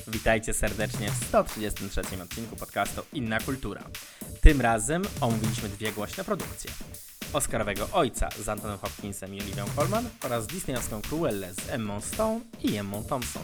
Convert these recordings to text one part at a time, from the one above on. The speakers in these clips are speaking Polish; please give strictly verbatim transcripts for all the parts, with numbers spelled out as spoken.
Witajcie serdecznie w sto trzydziestym trzecim odcinku podcastu Inna Kultura. Tym razem omówiliśmy dwie głośne produkcje. Oscarowego Ojca z Antonem Hopkinsem i Olivią Colman oraz disneyowską Cruellę z Emmą Stone i Emmą Thompson.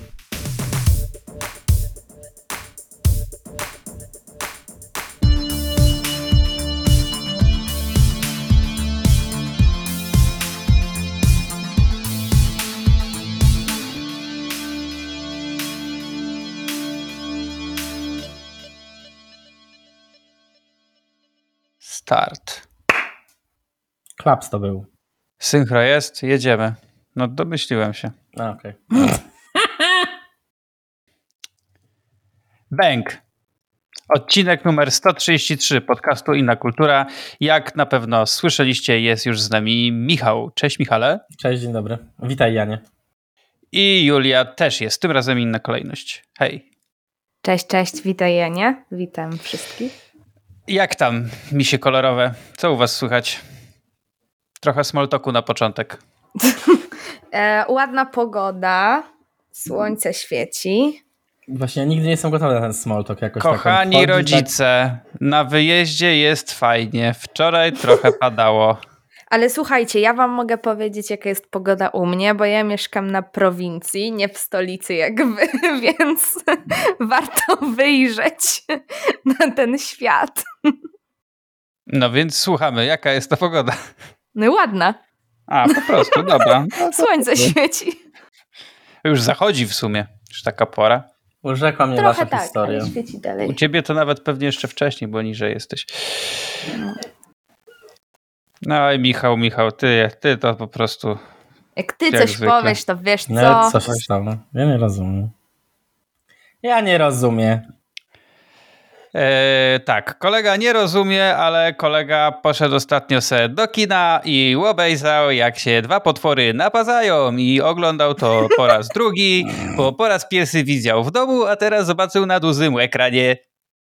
Start. Klaps to był. Synchro jest, jedziemy. No domyśliłem się. A, okej. Okay. Bęk. Odcinek numer sto trzydzieści trzy podcastu Inna Kultura. Jak na pewno słyszeliście, jest już z nami Michał. Cześć Michale. Cześć, dzień dobry. Witaj Janie. I Julia też jest, tym razem inna kolejność. Hej. Cześć, cześć, witaj Janie. Witam wszystkich. Jak tam, misie kolorowe? Co u was słychać? Trochę small talku na początek. e, ładna pogoda, słońce świeci. Właśnie ja nigdy nie jestem gotowy na ten small talk jakoś. Kochani tak, rodzice, tak... na wyjeździe jest fajnie. Wczoraj trochę padało. Ale słuchajcie, ja wam mogę powiedzieć, jaka jest pogoda u mnie, bo ja mieszkam na prowincji, nie w stolicy jak wy, więc warto wyjrzeć na ten świat. No więc słuchamy, jaka jest ta pogoda? No ładna. A, po prostu, dobra. No Słońce świeci. Już zachodzi w sumie, już taka pora. Urzekła mnie Trochę wasza tak, historia. ale świeci dalej. U ciebie to nawet pewnie jeszcze wcześniej, bo niżej jesteś. No i Michał, Michał, ty, ty to po prostu... Jak ty jak coś zwykle. powiesz, to wiesz co. No, co się stało? Ja nie rozumiem. Ja nie rozumiem. Eee, tak, kolega nie rozumie, ale kolega poszedł ostatnio se do kina i obejrzał, jak się dwa potwory napazają i oglądał to po raz drugi, bo po raz pierwszy widział w domu, a teraz zobaczył na dużym ekranie.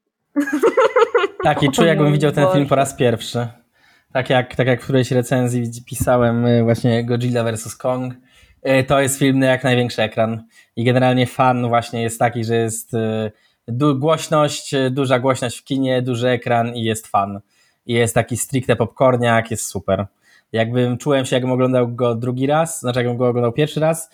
Tak, i czuję, jakbym widział ten film po raz pierwszy. Tak jak, tak jak w którejś recenzji pisałem właśnie Godzilla versus. Kong, to jest film na jak największy ekran. I generalnie fan właśnie jest taki, że jest du- głośność, duża głośność w kinie, duży ekran i jest fan. I jest taki stricte popcorniak, jest super. Jakbym czułem się, jakbym oglądał go drugi raz, znaczy jakbym go oglądał pierwszy raz,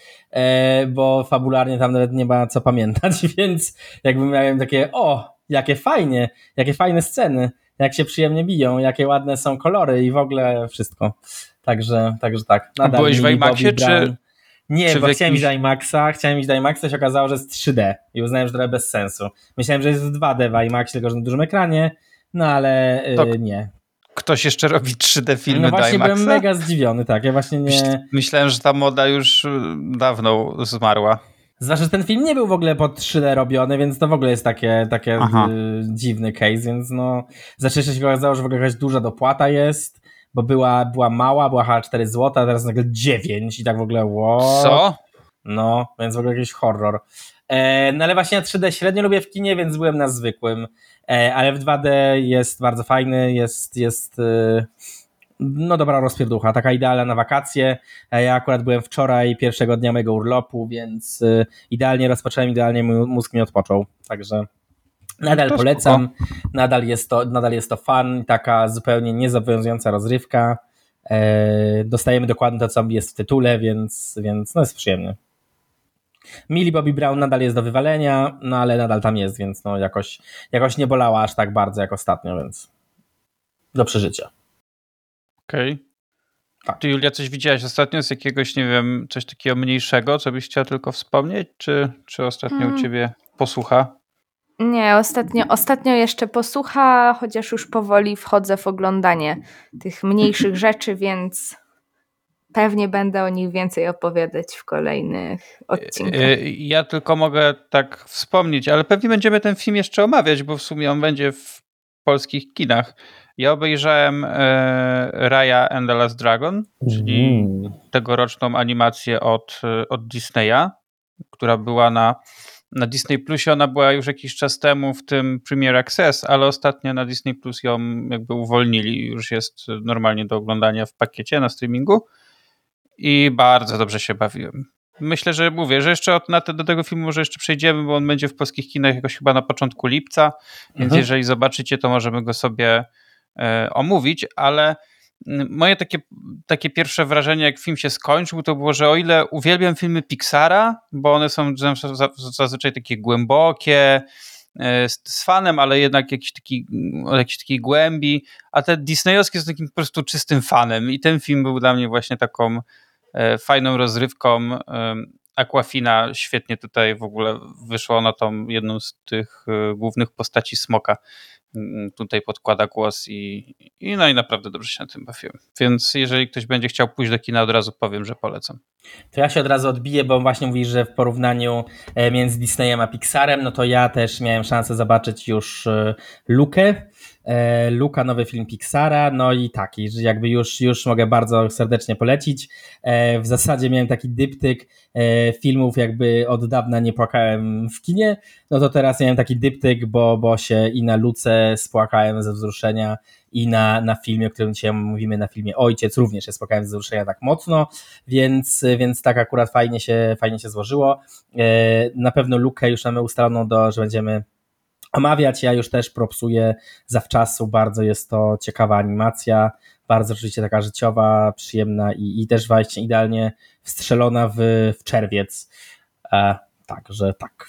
bo fabularnie tam nawet nie ma co pamiętać, więc jakbym miałem takie, o, jakie fajnie, jakie fajne sceny, jak się przyjemnie biją, jakie ładne są kolory i w ogóle wszystko. Także, także tak. Nadal byłeś w IMAXie, czy... Nie, czy bo jakimś... chciałem iść do IMAXa, chciałem iść do IMAXa, to się okazało, że jest trzy D i uznałem, że to trochę bez sensu. Myślałem, że jest w dwa D w IMAXie, tylko że na dużym ekranie, no ale yy, nie. Ktoś jeszcze robi trzy D filmy no do właśnie IMAXa? byłem mega zdziwiony, tak, ja właśnie nie... Myślałem, że ta moda już dawno zmarła. Zwłaszcza, że ten film nie był w ogóle pod trzy D robiony, więc to w ogóle jest takie, takie y, dziwny case, więc no... Zaczęło się okazało, że w ogóle jakaś duża dopłata jest, bo była, była mała, była chyba cztery złote, a teraz nagle dziewięć i tak w ogóle wow. Co? No, więc w ogóle jakiś horror. E, no ale właśnie ja trzy D średnio lubię w kinie, więc byłem na zwykłym, e, ale w dwa D jest bardzo fajny, jest, jest e, no dobra rozpierducha, taka idealna na wakacje. E, ja akurat byłem wczoraj, pierwszego dnia mojego urlopu, więc e, idealnie rozpocząłem, idealnie mój mózg mi odpoczął, także nadal to polecam, nadal jest, to, nadal jest to fun, taka zupełnie niezobowiązująca rozrywka. E, dostajemy dokładnie to, co jest w tytule, więc, więc no jest przyjemny. Millie Bobby Brown nadal jest do wywalenia, no ale nadal tam jest, więc no jakoś, jakoś nie bolała aż tak bardzo jak ostatnio, więc do przeżycia. Okej. Okay. Tak. Ty, Julia, coś widziałaś ostatnio z jakiegoś, nie wiem, coś takiego mniejszego, co byś chciała tylko wspomnieć, czy, czy ostatnio hmm. u ciebie posłucha? Nie, ostatnio, ostatnio jeszcze posłucha, chociaż już powoli wchodzę w oglądanie tych mniejszych rzeczy, więc pewnie będę o nich więcej opowiadać w kolejnych odcinkach. Ja tylko mogę tak wspomnieć, ale pewnie będziemy ten film jeszcze omawiać, bo w sumie on będzie w polskich kinach. Ja obejrzałem e, Raya and the Last Dragon, czyli mm. tegoroczną animację od, od Disneya, która była na Na Disney Plusie. Ona była już jakiś czas temu w tym Premier Access, ale ostatnio na Disney Plus ją jakby uwolnili. Już jest normalnie do oglądania w pakiecie na streamingu i bardzo dobrze się bawiłem. myślę, że mówię, że jeszcze od, na te, do tego filmu może jeszcze przejdziemy, bo on będzie w polskich kinach jakoś chyba na początku lipca, więc Mhm. jeżeli zobaczycie, to możemy go sobie e, omówić, ale moje takie, takie pierwsze wrażenie, jak film się skończył, to było, że o ile uwielbiam filmy Pixara, bo one są zazwyczaj takie głębokie, z, z fanem, ale jednak jakiś taki, o jakiejś takiej głębi, a te disneyowskie są takim po prostu czystym fanem i ten film był dla mnie właśnie taką e, fajną rozrywką. E, Aquafina świetnie tutaj w ogóle wyszła na tą jedną z tych e, głównych postaci Smoka. Tutaj podkłada głos i, i no i naprawdę dobrze się na tym bawiłem. Więc jeżeli ktoś będzie chciał pójść do kina, od razu powiem, że polecam. To ja się od razu odbiję, bo właśnie mówisz, że w porównaniu między Disneyem a Pixarem, no to ja też miałem szansę zobaczyć już Lukę. Luka, nowy film Pixara, no i taki, że jakby już, już mogę bardzo serdecznie polecić. W zasadzie miałem taki dyptyk filmów, jakby od dawna nie płakałem w kinie, no to teraz miałem taki dyptyk, bo, bo się i na Luce spłakałem ze wzruszenia i na, na filmie, o którym dzisiaj mówimy, na filmie Ojciec, również się spłakałem ze wzruszenia tak mocno, więc, więc tak akurat fajnie się, fajnie się złożyło. Na pewno Lukę już mamy ustaloną, do, że będziemy omawiać. Ja już też propsuję zawczasu, bardzo jest to ciekawa animacja, bardzo oczywiście taka życiowa, przyjemna i, i też właśnie idealnie wstrzelona w, w czerwiec. E, także tak.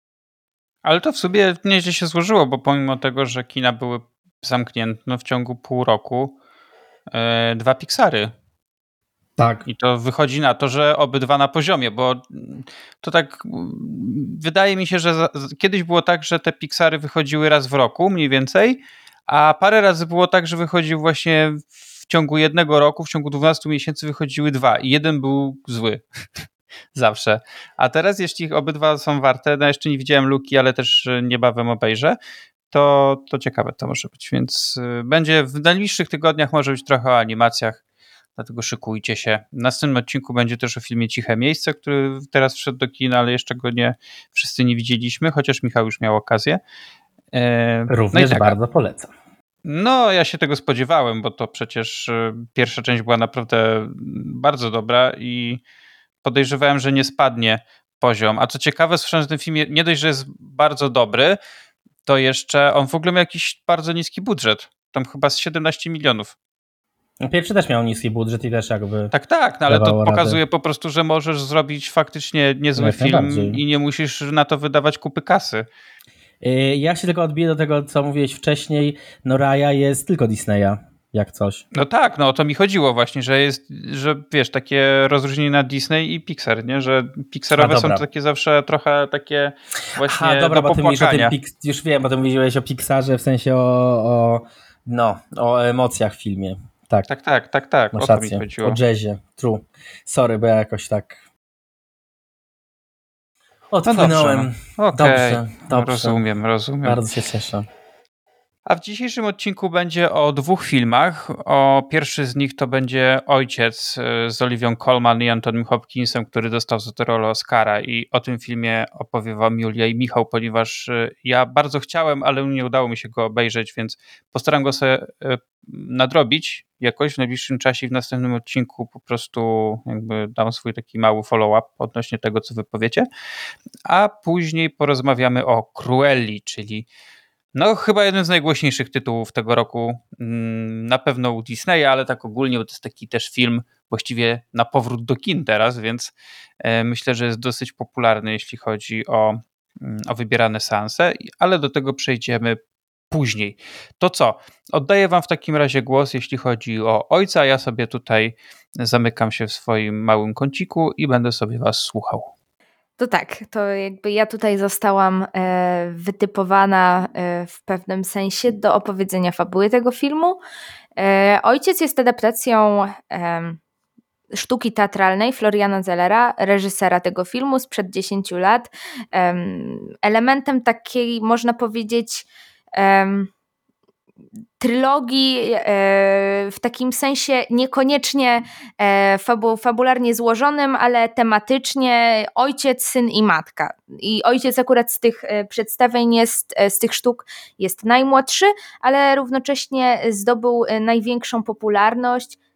Ale to w sobie nieźle się złożyło, bo pomimo tego, że kina były zamknięte no w ciągu pół roku, e, dwa Pixary. Tak. I to wychodzi na to, że obydwa na poziomie, bo to tak wydaje mi się, że za, kiedyś było tak, że te Pixary wychodziły raz w roku mniej więcej, a parę razy było tak, że wychodził właśnie w ciągu jednego roku, w ciągu dwunastu miesięcy wychodziły dwa i jeden był zły. Zawsze. A teraz jeśli obydwa są warte, no jeszcze nie widziałem Luki, ale też niebawem obejrzę, to, to ciekawe to może być, więc będzie w najbliższych tygodniach może być trochę o animacjach, dlatego szykujcie się. W następnym odcinku będzie też o filmie Ciche Miejsce, który teraz wszedł do kina, ale jeszcze go nie wszyscy nie widzieliśmy, chociaż Michał już miał okazję. Również no tak, bardzo polecam. No, ja się tego spodziewałem, bo to przecież pierwsza część była naprawdę bardzo dobra i podejrzewałem, że nie spadnie poziom. A co ciekawe, słyszałem, że ten film nie dość, że jest bardzo dobry, to jeszcze on w ogóle miał jakiś bardzo niski budżet. Tam chyba z siedemnaście milionów. Pierwszy też miał niski budżet i też jakby... Tak, tak, no ale to radę. pokazuje po prostu, że możesz zrobić faktycznie niezły film i nie musisz na to wydawać kupy kasy. Ja się tylko odbiję do tego, co mówiłeś wcześniej. No Raya jest tylko Disneya, jak coś. No tak, no o to mi chodziło właśnie, że jest, że wiesz, takie rozróżnienie na Disney i Pixar, nie? Że Pixarowe są takie zawsze trochę takie właśnie Aha, dobra, do bo ty mówisz o tym, popłakania. już wiem, bo ty mówiłeś o Pixarze w sensie o, o, no, o emocjach w filmie. Tak, tak, tak, tak, tak. masz o to rację. mi chodziło. O jazzie, true. Sorry, bo ja jakoś tak odpłynąłem. No dobrze, no. Okej, Dobrze, dobrze. rozumiem, rozumiem. Bardzo się cieszę. A w dzisiejszym odcinku będzie o dwóch filmach. O pierwszy z nich to będzie Ojciec z Olivią Colman i Antonym Hopkinsem, który dostał za tę rolę Oscara, i o tym filmie opowie wam Julia i Michał, ponieważ ja bardzo chciałem, ale nie udało mi się go obejrzeć, więc postaram go sobie nadrobić jakoś w najbliższym czasie i w następnym odcinku po prostu jakby dam swój taki mały follow-up odnośnie tego, co wy powiecie. A później porozmawiamy o Cruelli, czyli no chyba jeden z najgłośniejszych tytułów tego roku, na pewno u Disneya, ale tak ogólnie, bo to jest taki też film właściwie na powrót do kin teraz, więc myślę, że jest dosyć popularny, jeśli chodzi o, o wybierane seanse, ale do tego przejdziemy później. To co? Oddaję wam w takim razie głos, jeśli chodzi o Ojca, ja sobie tutaj zamykam się w swoim małym kąciku i będę sobie was słuchał. To tak, to jakby ja tutaj zostałam e, wytypowana e, w pewnym sensie do opowiedzenia fabuły tego filmu. E, Ojciec jest adaptacją e, sztuki teatralnej Floriana Zellera, reżysera tego filmu sprzed dziesięciu lat. E, elementem takiej, można powiedzieć, e, trylogii e, w takim sensie niekoniecznie e, fabu, fabularnie złożonym, ale tematycznie ojciec, syn i matka. I ojciec akurat z tych e, przedstawień jest, e, z tych sztuk jest najmłodszy, ale równocześnie zdobył e, największą popularność.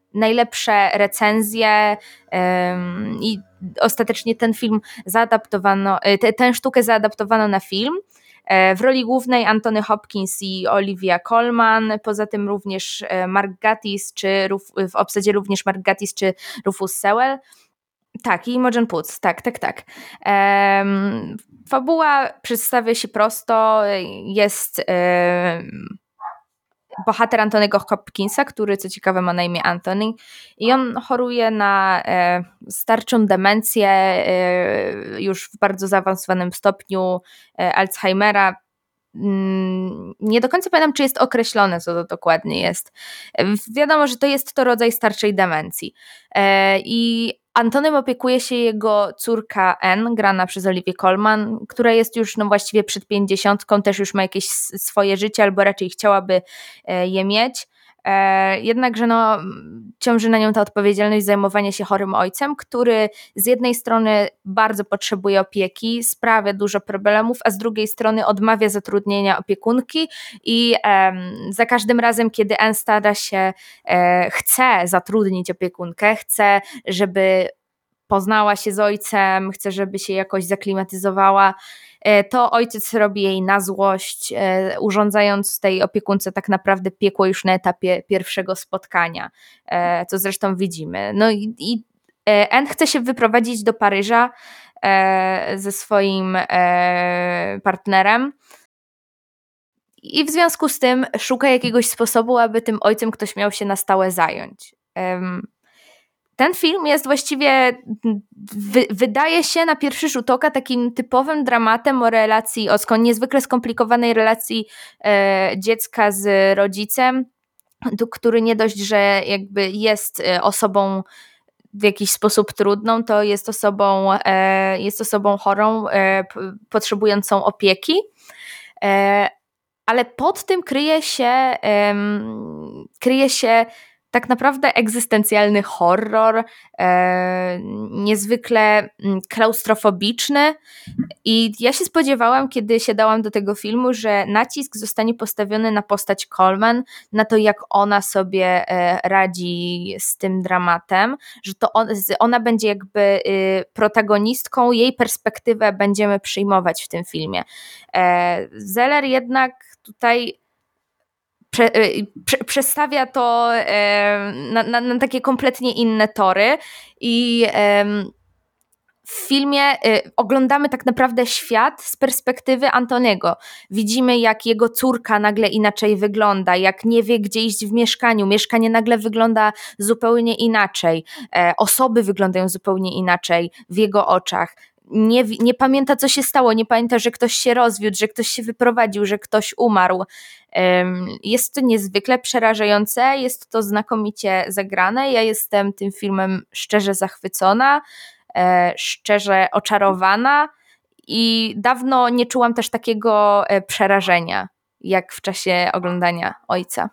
najlepsze recenzje i ostatecznie ten film zaadaptowano, te, tę sztukę zaadaptowano na film. W roli głównej Anthony Hopkins i Olivia Colman, poza tym również Mark Gatiss, czy w obsadzie również Mark Gatiss czy Rufus Sewell. Tak, i Imogen Poots, tak, tak, tak. Um, fabuła przedstawia się prosto, jest um, bohater Antonego Hopkinsa, który co ciekawe ma na imię Anthony i on choruje na e, starczą demencję e, już w bardzo zaawansowanym stopniu e, Alzheimera. Mm, nie do końca pamiętam, czy jest określone, co to dokładnie jest. E, wiadomo, że to jest to rodzaj starczej demencji. E, I Antonym opiekuje się jego córka Anne, grana przez Olivię Colman, która jest już no właściwie przed pięćdziesiątką, też już ma jakieś swoje życie, albo raczej chciałaby je mieć. Jednakże no, ciąży na nią ta odpowiedzialność zajmowania się chorym ojcem, który z jednej strony bardzo potrzebuje opieki, sprawia dużo problemów, a z drugiej strony odmawia zatrudnienia opiekunki i um, za każdym razem, kiedy Anne stara się, e, chce zatrudnić opiekunkę, chce, żeby poznała się z ojcem, chce, żeby się jakoś zaklimatyzowała, to ojciec robi jej na złość, urządzając tej opiekunce tak naprawdę piekło już na etapie pierwszego spotkania, co zresztą widzimy. No i, i Anne chce się wyprowadzić do Paryża ze swoim partnerem i w związku z tym szuka jakiegoś sposobu, aby tym ojcem ktoś miał się na stałe zająć. Ten film jest właściwie, wy, wydaje się na pierwszy rzut oka takim typowym dramatem o relacji, o niezwykle skomplikowanej relacji e, dziecka z rodzicem, który nie dość, że jakby jest osobą w jakiś sposób trudną, to jest osobą, e, jest osobą chorą, e, p, potrzebującą opieki, e, ale pod tym kryje się, e, kryje się tak naprawdę egzystencjalny horror, e, niezwykle klaustrofobiczny i ja się spodziewałam, kiedy siadałam do tego filmu, że nacisk zostanie postawiony na postać Colman, na to jak ona sobie e, radzi z tym dramatem, że to on, ona będzie jakby e, protagonistką, jej perspektywę będziemy przyjmować w tym filmie. E, Zeller jednak tutaj Prze, prze, przestawia to e, na, na, na takie kompletnie inne tory i e, w filmie e, oglądamy tak naprawdę świat z perspektywy Antoniego. Widzimy, jak jego córka nagle inaczej wygląda, jak nie wie, gdzie iść w mieszkaniu. Mieszkanie nagle wygląda zupełnie inaczej. E, osoby wyglądają zupełnie inaczej w jego oczach. Nie, nie pamięta, co się stało, nie pamięta, że ktoś się rozwiódł, że ktoś się wyprowadził, że ktoś umarł. Jest to niezwykle przerażające, jest to znakomicie zagrane. Ja jestem tym filmem szczerze zachwycona, szczerze oczarowana i dawno nie czułam też takiego przerażenia, jak w czasie oglądania Ojca.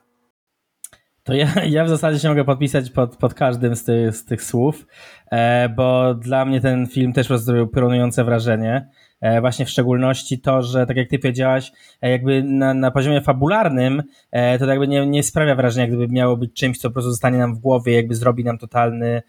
To ja, ja w zasadzie się mogę podpisać pod, pod każdym z tych, z tych słów, e, bo dla mnie ten film też zrobił piorunujące wrażenie. E, właśnie w szczególności to, że tak jak ty powiedziałaś, e, jakby na, na poziomie fabularnym e, to jakby nie, nie sprawia wrażenia, jak gdyby miało być czymś, co po prostu zostanie nam w głowie, jakby zrobi nam totalny,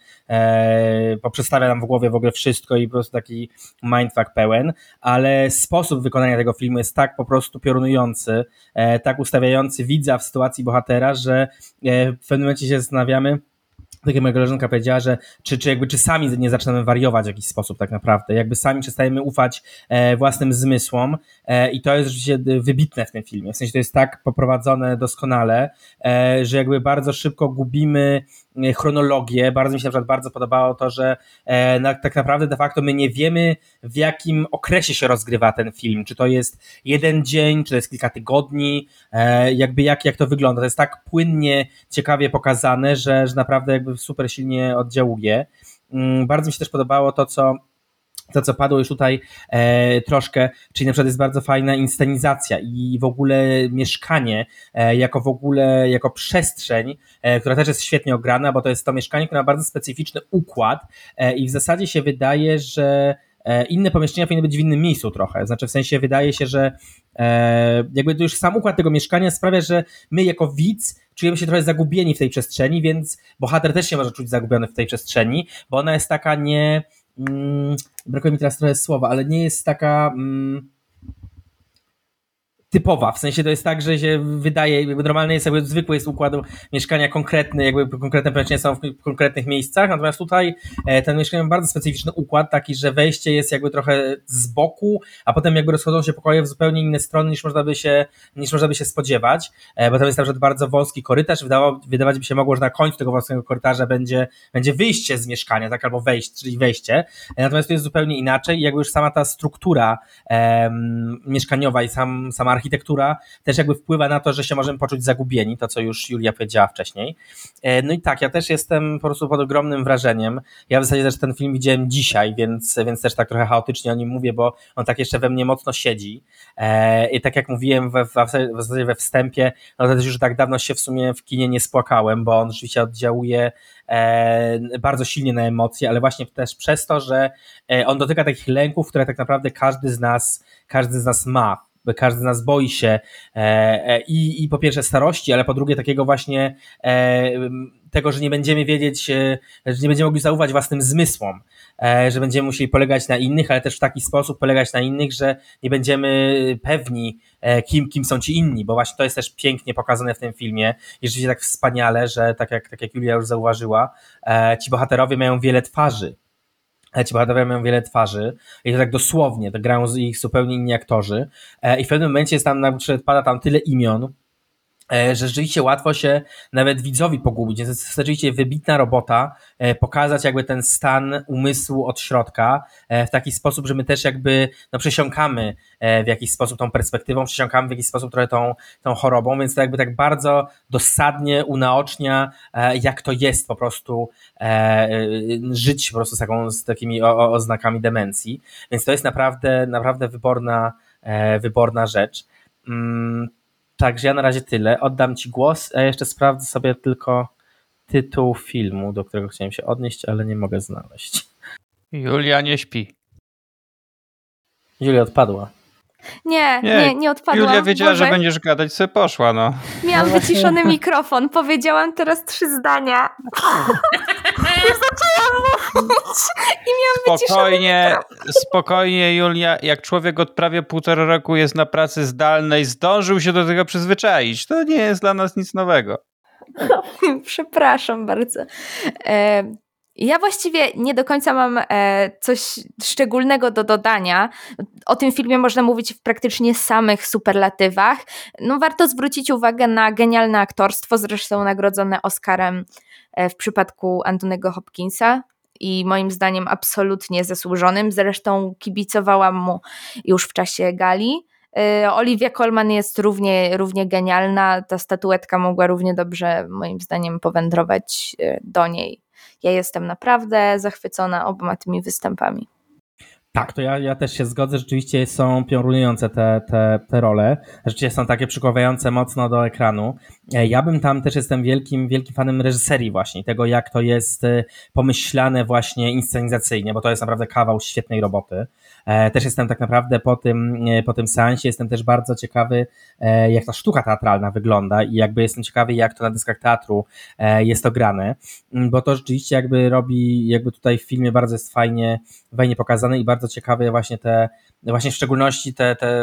e, poprzestawia nam w głowie w ogóle wszystko i po prostu taki mindfuck pełen, ale sposób wykonania tego filmu jest tak po prostu piorunujący, e, tak ustawiający widza w sytuacji bohatera, że e, w pewnym momencie się zastanawiamy, tak jak moja koleżanka powiedziała, że czy, czy jakby czy sami nie zaczynamy wariować w jakiś sposób tak naprawdę, jakby sami przestajemy ufać e, własnym zmysłom e, i to jest rzeczywiście wybitne w tym filmie, w sensie to jest tak poprowadzone doskonale, e, że jakby bardzo szybko gubimy chronologię. Bardzo mi się na przykład bardzo podobało to, że e, na, tak naprawdę de facto my nie wiemy, w jakim okresie się rozgrywa ten film, czy to jest jeden dzień, czy to jest kilka tygodni, e, jakby jak, jak to wygląda. To jest tak płynnie, ciekawie pokazane, że, że naprawdę jakby super silnie oddziałuje. Mm, bardzo mi się też podobało to, co to, co padło już tutaj e, troszkę, czyli na przykład jest bardzo fajna inscenizacja i w ogóle mieszkanie e, jako w ogóle, jako przestrzeń, e, która też jest świetnie ograna, bo to jest to mieszkanie, które ma bardzo specyficzny układ e, i w zasadzie się wydaje, że inne pomieszczenia powinny być w innym miejscu trochę, znaczy w sensie wydaje się, że e, jakby to już sam układ tego mieszkania sprawia, że my jako widz czujemy się trochę zagubieni w tej przestrzeni, więc bohater też się może czuć zagubiony w tej przestrzeni, bo ona jest taka nie, mm, brakuje mi teraz trochę słowa, ale nie jest taka mm, typowa, w sensie to jest tak, że się wydaje, jakby normalny jest, jakby zwykły jest układ mieszkania konkretny, jakby konkretne pomieszczenia są w konkretnych miejscach, natomiast tutaj e, ten mieszkanie ma bardzo specyficzny układ, taki, że wejście jest jakby trochę z boku, a potem jakby rozchodzą się pokoje w zupełnie inne strony niż można by się, niż można by się spodziewać, e, bo tam jest na przykład bardzo wąski korytarz, wydawało, wydawać by się mogło, że na końcu tego wąskiego korytarza będzie, będzie wyjście z mieszkania, tak, albo wejście, czyli wejście, e, natomiast to jest zupełnie inaczej i jakby już sama ta struktura e, mieszkaniowa i sam, sama architektura też jakby wpływa na to, że się możemy poczuć zagubieni, to co już Julia powiedziała wcześniej. No i tak, ja też jestem po prostu pod ogromnym wrażeniem. Ja w zasadzie też ten film widziałem dzisiaj, więc, więc też tak trochę chaotycznie o nim mówię, bo on tak jeszcze we mnie mocno siedzi. I tak jak mówiłem we, w zasadzie we wstępie, no to też już tak dawno się w sumie w kinie nie spłakałem, bo on rzeczywiście oddziałuje bardzo silnie na emocje, ale właśnie też przez to, że on dotyka takich lęków, które tak naprawdę każdy z nas, każdy z nas ma. Każdy z nas boi się e, i, i po pierwsze starości, ale po drugie takiego właśnie e, tego, że nie będziemy wiedzieć, e, że nie będziemy mogli zaufać własnym zmysłom, e, że będziemy musieli polegać na innych, ale też w taki sposób polegać na innych, że nie będziemy pewni, e, kim, kim są ci inni, bo właśnie to jest też pięknie pokazane w tym filmie i rzeczywiście tak wspaniale, że tak jak, tak jak Julia już zauważyła, e, ci bohaterowie mają wiele twarzy. Ci bohaterowie mają wiele twarzy i to tak dosłownie, to grają z ich zupełnie inni aktorzy i w pewnym momencie jest tam, na przykład pada tam tyle imion, że rzeczywiście łatwo się nawet widzowi pogubić. Więc to jest rzeczywiście wybitna robota, pokazać jakby ten stan umysłu od środka w taki sposób, że my też jakby no, przesiąkamy w jakiś sposób tą perspektywą, przesiąkamy w jakiś sposób trochę tą, tą chorobą, więc to jakby tak bardzo dosadnie unaocznia, jak to jest po prostu żyć po prostu z, taką, z takimi oznakami demencji. Więc to jest naprawdę, naprawdę wyborna, wyborna rzecz. Także ja na razie tyle. Oddam ci głos, a jeszcze sprawdzę sobie tylko tytuł filmu, do którego chciałem się odnieść, ale nie mogę znaleźć. Julia nie śpi. Julia odpadła. Nie, nie, nie, nie odpadłam. Julia wiedziała, Boże. że będziesz gadać, sobie poszła, no. Miałam no wyciszony mikrofon, powiedziałam teraz trzy zdania. Nie zaczęłam mówić i miałam Spokojnie, wyciszony mikrofon. spokojnie, Julia, jak człowiek od prawie półtora roku jest na pracy zdalnej, zdążył się do tego przyzwyczaić. To nie jest dla nas nic nowego. Przepraszam bardzo. E, Ja właściwie nie do końca mam e, coś szczególnego do dodania. O tym filmie można mówić w praktycznie samych superlatywach. No, warto zwrócić uwagę na genialne aktorstwo, zresztą nagrodzone Oscarem e, w przypadku Anthony'ego Hopkinsa i moim zdaniem absolutnie zasłużonym. Zresztą kibicowałam mu już w czasie gali. E, Olivia Colman jest równie, równie genialna. Ta statuetka mogła równie dobrze moim zdaniem powędrować e, do niej. Ja jestem naprawdę zachwycona oboma tymi występami. Tak, to ja, ja też się zgodzę, rzeczywiście są piorunujące te, te, te role, rzeczywiście są takie przykuwające mocno do ekranu. Ja bym tam też jestem wielkim, wielkim fanem reżyserii właśnie, tego jak to jest pomyślane właśnie inscenizacyjnie, bo to jest naprawdę kawał świetnej roboty. Też jestem tak naprawdę po tym, po tym seansie, jestem też bardzo ciekawy, jak ta sztuka teatralna wygląda i jakby jestem ciekawy, jak to na dyskach teatru jest to grane, bo to rzeczywiście jakby robi, jakby tutaj w filmie bardzo jest fajnie, fajnie pokazane i bardzo ciekawe właśnie te, właśnie w szczególności te, te,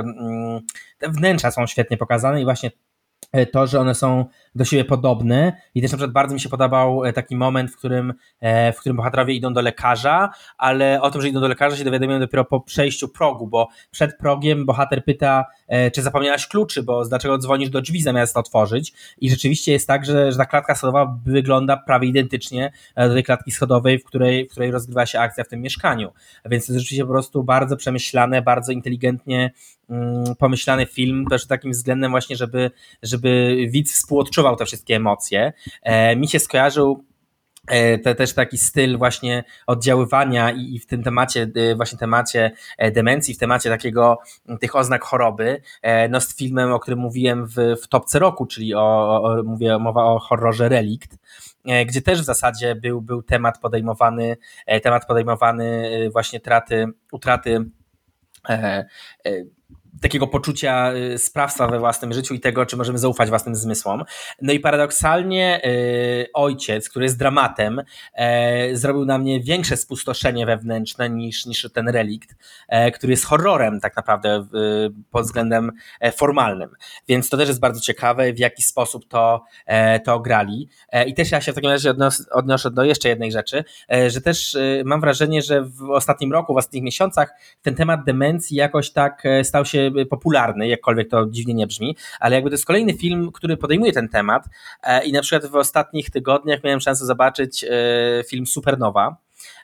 te wnętrza są świetnie pokazane i właśnie to, że one są do siebie podobne i też na przykład bardzo mi się podobał taki moment, w którym, w którym bohaterowie idą do lekarza, ale o tym, że idą do lekarza się dowiadują dopiero po przejściu progu, bo przed progiem bohater pyta, czy zapomniałaś kluczy, bo dlaczego dzwonisz do drzwi zamiast otworzyć i rzeczywiście jest tak, że, że ta klatka schodowa wygląda prawie identycznie do tej klatki schodowej, w której, w której rozgrywa się akcja w tym mieszkaniu, więc to jest rzeczywiście po prostu bardzo przemyślane, bardzo inteligentnie pomyślany film, też takim względem właśnie, żeby, żeby widz współodczuwał te wszystkie emocje. E, mi się skojarzył e, te, też taki styl właśnie oddziaływania i, i w tym temacie, e, właśnie temacie demencji, w temacie takiego, tych oznak choroby, e, no z filmem, o którym mówiłem w, w topce roku, czyli o, o, mówię, mowa o horrorze Relikt, e, gdzie też w zasadzie był, był temat podejmowany, e, temat podejmowany właśnie traty, utraty e, e, takiego poczucia sprawstwa we własnym życiu i tego, czy możemy zaufać własnym zmysłom. No i paradoksalnie ojciec, który jest dramatem, zrobił na mnie większe spustoszenie wewnętrzne niż, niż ten Relikt, który jest horrorem tak naprawdę pod względem formalnym. Więc to też jest bardzo ciekawe, w jaki sposób to, to grali. I też ja się w takim razie odnos- odnoszę do jeszcze jednej rzeczy, że też mam wrażenie, że w ostatnim roku, w ostatnich miesiącach ten temat demencji jakoś tak stał się popularny, jakkolwiek to dziwnie nie brzmi, ale jakby to jest kolejny film, który podejmuje ten temat i na przykład w ostatnich tygodniach miałem szansę zobaczyć film Supernowa.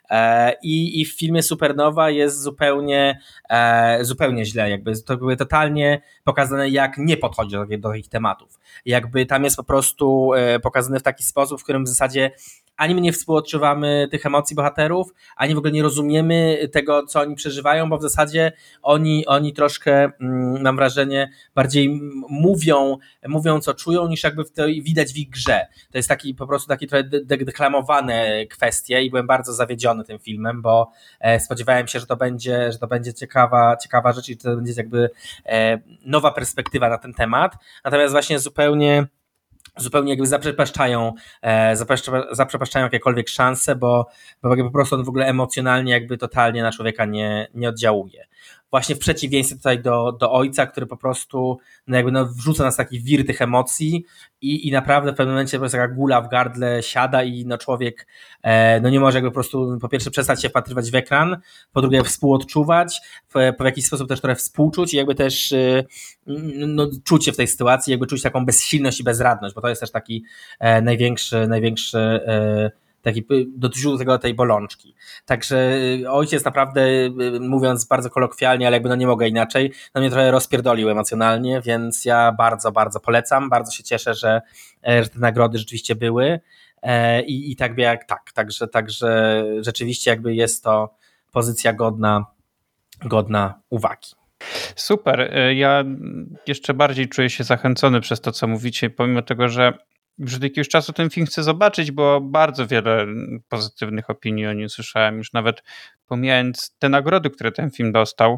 I, I w filmie Supernowa jest zupełnie, zupełnie źle, jakby to były totalnie pokazane, jak nie podchodzi do, do takich tematów. Jakby tam jest po prostu pokazane w taki sposób, w którym w zasadzie ani my nie współodczuwamy tych emocji bohaterów, ani w ogóle nie rozumiemy tego, co oni przeżywają, bo w zasadzie oni, oni troszkę, mam wrażenie, bardziej mówią, mówią, co czują, niż jakby to widać w ich grze. To jest taki po prostu takie trochę de- deklamowane kwestie i byłem bardzo zawiedziony tym filmem, bo spodziewałem się, że to będzie, że to będzie ciekawa, ciekawa rzecz i to będzie jakby nowa perspektywa na ten temat. Natomiast właśnie zupełnie zupełnie jakby zaprzepaszczają, e, zaprzepaszczają jakiekolwiek szanse, bo, bo po prostu on w ogóle emocjonalnie jakby totalnie na człowieka nie, nie oddziałuje. Właśnie w przeciwieństwie tutaj do, do ojca, który po prostu no jakby no wrzuca nas w taki wir tych emocji i, i naprawdę w pewnym momencie po prostu taka gula w gardle siada i no człowiek e, no nie może jakby po prostu po pierwsze przestać się wpatrywać w ekran, po drugie współodczuwać, po, po jakiś sposób też trochę współczuć i jakby też e, no, czuć się w tej sytuacji, jakby czuć taką bezsilność i bezradność, bo to jest też taki e, największy, największy e, taki do źródła tego, tej bolączki. Także ojciec naprawdę, mówiąc bardzo kolokwialnie, ale jakby no nie mogę inaczej, no mnie trochę rozpierdolił emocjonalnie, więc ja bardzo, bardzo polecam, bardzo się cieszę, że, że te nagrody rzeczywiście były i, i tak jak tak, także, także rzeczywiście jakby jest to pozycja godna, godna uwagi. Super, ja jeszcze bardziej czuję się zachęcony przez to, co mówicie, pomimo tego, że już od jakiegoś czasu ten film chcę zobaczyć, bo bardzo wiele pozytywnych opinii o nim słyszałem, już nawet pomijając te nagrody, które ten film dostał,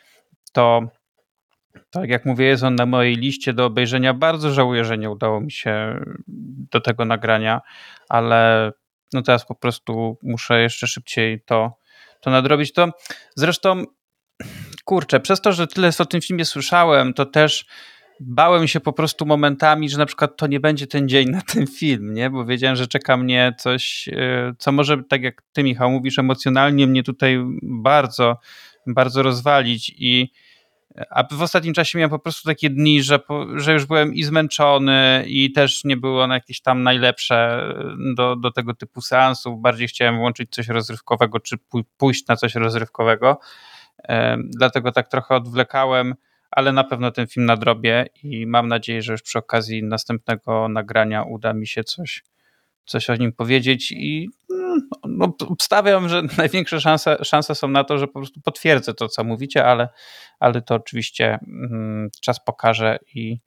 to tak jak mówię, jest on na mojej liście do obejrzenia. Bardzo żałuję, że nie udało mi się do tego nagrania, ale no teraz po prostu muszę jeszcze szybciej to, to nadrobić. To zresztą, kurczę, przez to, że tyle o tym filmie słyszałem, to też bałem się po prostu momentami, że na przykład to nie będzie ten dzień na ten film, nie? Bo wiedziałem, że czeka mnie coś, co może, tak jak ty, Michał, mówisz, emocjonalnie mnie tutaj bardzo, bardzo rozwalić i a w ostatnim czasie miałem po prostu takie dni, że, że już byłem i zmęczony i też nie było one jakieś tam najlepsze do, do tego typu seansów. Bardziej chciałem włączyć coś rozrywkowego, czy pójść na coś rozrywkowego. Dlatego tak trochę odwlekałem, ale na pewno ten film nadrobię i mam nadzieję, że już przy okazji następnego nagrania uda mi się coś, coś o nim powiedzieć i no, obstawiam, że największe szanse, szanse są na to, że po prostu potwierdzę to, co mówicie, ale, ale to oczywiście mm, czas pokaże i,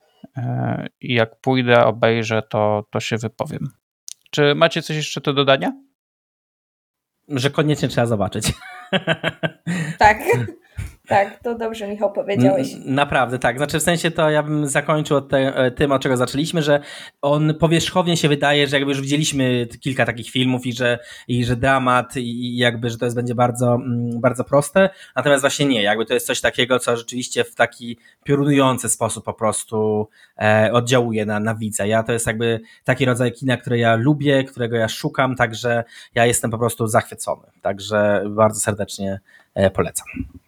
e, i jak pójdę, obejrzę, to, to się wypowiem. Czy macie coś jeszcze do dodania? Że koniecznie trzeba zobaczyć. Tak. Tak, to dobrze, Michał, powiedziałeś. N- naprawdę, tak. Znaczy w sensie to ja bym zakończył od te, tym, od czego zaczęliśmy, że on powierzchownie się wydaje, że jakby już widzieliśmy kilka takich filmów i że, i że dramat i, i jakby, że to jest będzie bardzo, bardzo proste, natomiast właśnie nie. Jakby to jest coś takiego, co rzeczywiście w taki piorunujący sposób po prostu e, oddziałuje na, na widza. Ja to jest jakby taki rodzaj kina, który ja lubię, którego ja szukam, także ja jestem po prostu zachwycony. Także bardzo serdecznie e, polecam.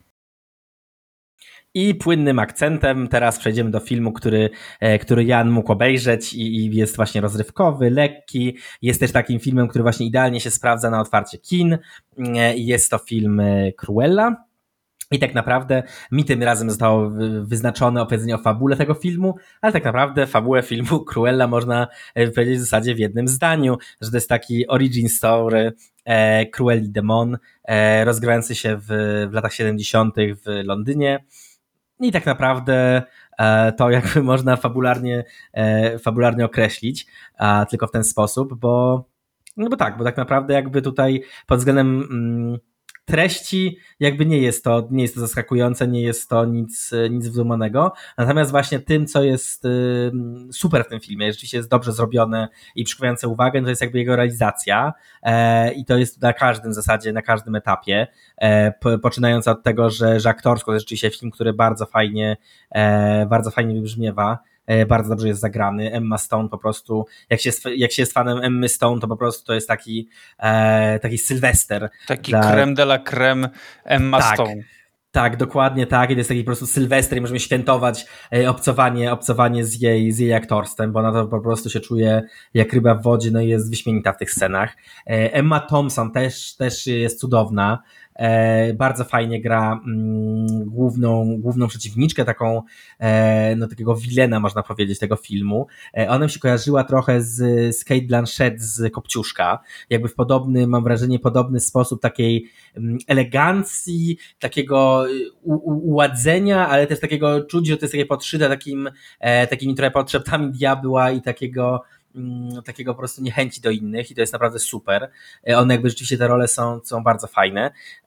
I płynnym akcentem teraz przejdziemy do filmu, który, który Jan mógł obejrzeć i, i jest właśnie rozrywkowy, lekki. Jest też takim filmem, który właśnie idealnie się sprawdza na otwarcie kin. Jest to film Cruella. I tak naprawdę mi tym razem zostało wyznaczone opowiedzenie o fabule tego filmu, ale tak naprawdę fabułę filmu Cruella można powiedzieć w zasadzie w jednym zdaniu, że to jest taki origin story e, Cruelli de Mon, e, rozgrywający się w, w latach siedemdziesiątych w Londynie. I tak naprawdę e, to jakby można fabularnie, e, fabularnie określić, a tylko w ten sposób, bo no bo tak, bo tak naprawdę jakby tutaj pod względem mm, treści jakby nie jest to, nie jest to zaskakujące, nie jest to nic, nic wydumanego, natomiast właśnie tym, co jest super w tym filmie, rzeczywiście jest dobrze zrobione i przykuwające uwagę, to jest jakby jego realizacja e, i to jest na każdym zasadzie, na każdym etapie, e, po, poczynając od tego, że, że aktorsko to jest rzeczywiście film, który bardzo fajnie, e, bardzo fajnie wybrzmiewa, bardzo dobrze jest zagrany. Emma Stone po prostu, jak się, jak się jest fanem Emmy Stone, to po prostu to jest taki e, taki Sylwester. Taki dla... creme de la creme Emma tak. Stone. Tak, dokładnie tak. I to jest taki po prostu Sylwester i możemy świętować e, obcowanie, obcowanie z jej, z jej aktorstwem, bo ona to po prostu się czuje jak ryba w wodzie, no i jest wyśmienita w tych scenach. E, Emma Thompson też, też jest cudowna. E, bardzo fajnie gra mm, główną, główną przeciwniczkę, taką e, no takiego wilena można powiedzieć tego filmu. E, ona mi się kojarzyła trochę z, z Cate Blanchett z Kopciuszka, jakby w podobny, mam wrażenie, podobny sposób takiej mm, elegancji, takiego u, u, uładzenia, ale też takiego czuć, że to jest takie podszyte takim, e, takimi trochę podszeptami diabła i takiego takiego po prostu niechęci do innych i to jest naprawdę super. One jakby rzeczywiście te role są, są bardzo fajne.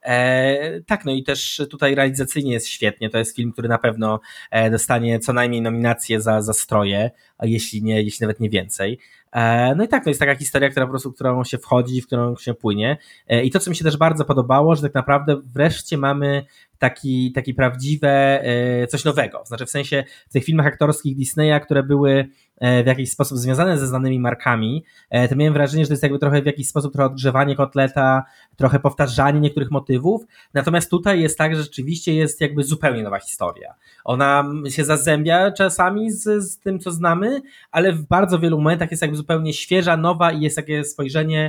E, tak, no i też tutaj realizacyjnie jest świetnie. To jest film, który na pewno dostanie co najmniej nominację za, za stroje, a jeśli nie, jeśli nawet nie więcej. E, no i tak, to jest taka historia, która po prostu, w którą się wchodzi, w którą się płynie. E, I to, co mi się też bardzo podobało, że tak naprawdę wreszcie mamy taki, taki prawdziwe coś nowego. Znaczy w sensie w tych filmach aktorskich Disneya, które były w jakiś sposób związane ze znanymi markami, to miałem wrażenie, że to jest jakby trochę w jakiś sposób trochę odgrzewanie kotleta, trochę powtarzanie niektórych motywów, natomiast tutaj jest tak, że rzeczywiście jest jakby zupełnie nowa historia. Ona się zazębia czasami z, z tym, co znamy, ale w bardzo wielu momentach jest jakby zupełnie świeża, nowa i jest takie spojrzenie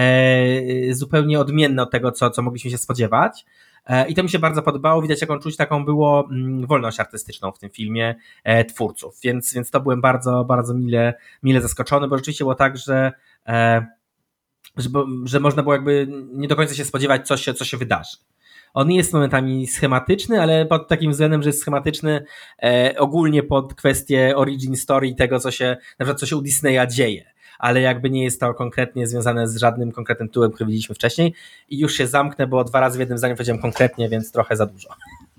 e, zupełnie odmienne od tego, co, co mogliśmy się spodziewać. I to mi się bardzo podobało, widać jaką czuć taką było wolność artystyczną w tym filmie e, twórców, więc, więc to byłem bardzo, bardzo mile, mile zaskoczony, bo rzeczywiście było tak, że, e, że, że można było jakby nie do końca się spodziewać, co się, co się wydarzy. On jest momentami schematyczny, ale pod takim względem, że jest schematyczny e, ogólnie pod kwestię origin story tego, co się, na przykład co się u Disneya dzieje. Ale jakby nie jest to konkretnie związane z żadnym konkretnym tytułem, który widzieliśmy wcześniej i już się zamknę, bo dwa razy w jednym zdaniu powiedziałem konkretnie, więc trochę za dużo.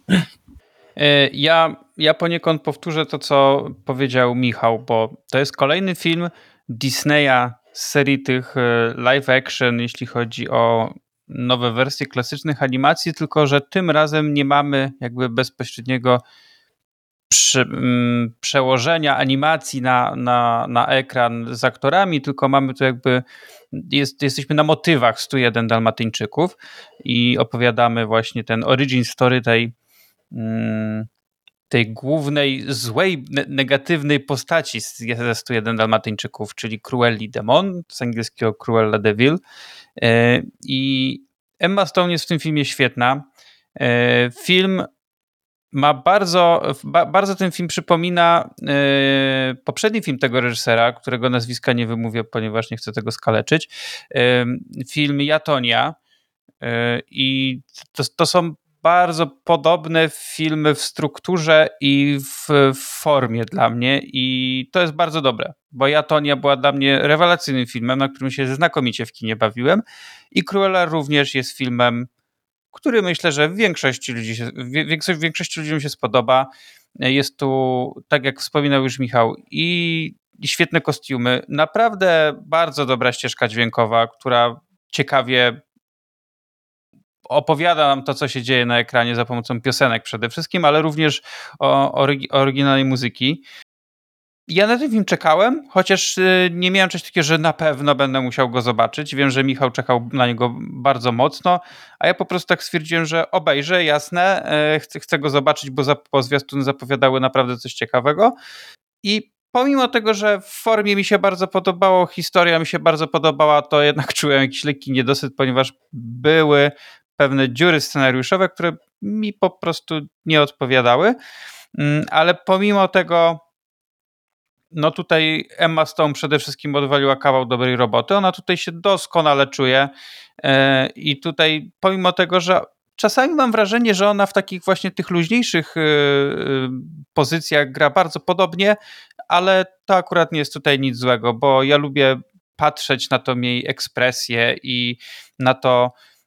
Ja, ja poniekąd powtórzę to, co powiedział Michał, bo to jest kolejny film Disneya z serii tych live action, jeśli chodzi o nowe wersje klasycznych animacji, tylko że tym razem nie mamy jakby bezpośredniego Prze, przełożenia animacji na, na, na ekran z aktorami, tylko mamy tu jakby, jest, jesteśmy na motywach stu jeden Dalmatyńczyków i opowiadamy właśnie ten origin story tej, tej głównej, złej, negatywnej postaci ze stu jeden Dalmatyńczyków, czyli Cruelli Demon, z angielskiego Cruella de Vil. I Emma Stone jest w tym filmie świetna. Film ma bardzo, ba, bardzo ten film przypomina yy, poprzedni film tego reżysera, którego nazwiska nie wymówię, ponieważ nie chcę tego skaleczyć. Yy, film Jatonia. Yy, I to, to są bardzo podobne filmy w strukturze i w, w formie dla mnie i to jest bardzo dobre, bo Jatonia była dla mnie rewelacyjnym filmem, na którym się znakomicie w kinie bawiłem i Cruella również jest filmem, który myślę, że większości ludzi się, większość, większości ludziom się spodoba. Jest tu, tak jak wspominał już Michał, i, i świetne kostiumy. Naprawdę bardzo dobra ścieżka dźwiękowa, która ciekawie opowiada nam to, co się dzieje na ekranie za pomocą piosenek przede wszystkim, ale również o, o oryginalnej muzyki. Ja na ten film czekałem, chociaż nie miałem czegoś takiego, że na pewno będę musiał go zobaczyć. Wiem, że Michał czekał na niego bardzo mocno, a ja po prostu tak stwierdziłem, że obejrzę, jasne, chcę, chcę go zobaczyć, bo, za, bo zwiastuny zapowiadały naprawdę coś ciekawego. I pomimo tego, że w formie mi się bardzo podobało, historia mi się bardzo podobała, to jednak czułem jakiś lekki niedosyt, ponieważ były pewne dziury scenariuszowe, które mi po prostu nie odpowiadały. Ale pomimo tego no tutaj Emma Stone przede wszystkim odwaliła kawał dobrej roboty. Ona tutaj się doskonale czuje i tutaj pomimo tego, że czasami mam wrażenie, że ona w takich właśnie tych luźniejszych pozycjach gra bardzo podobnie, ale to akurat nie jest tutaj nic złego, bo ja lubię patrzeć na tą jej ekspresję i na to,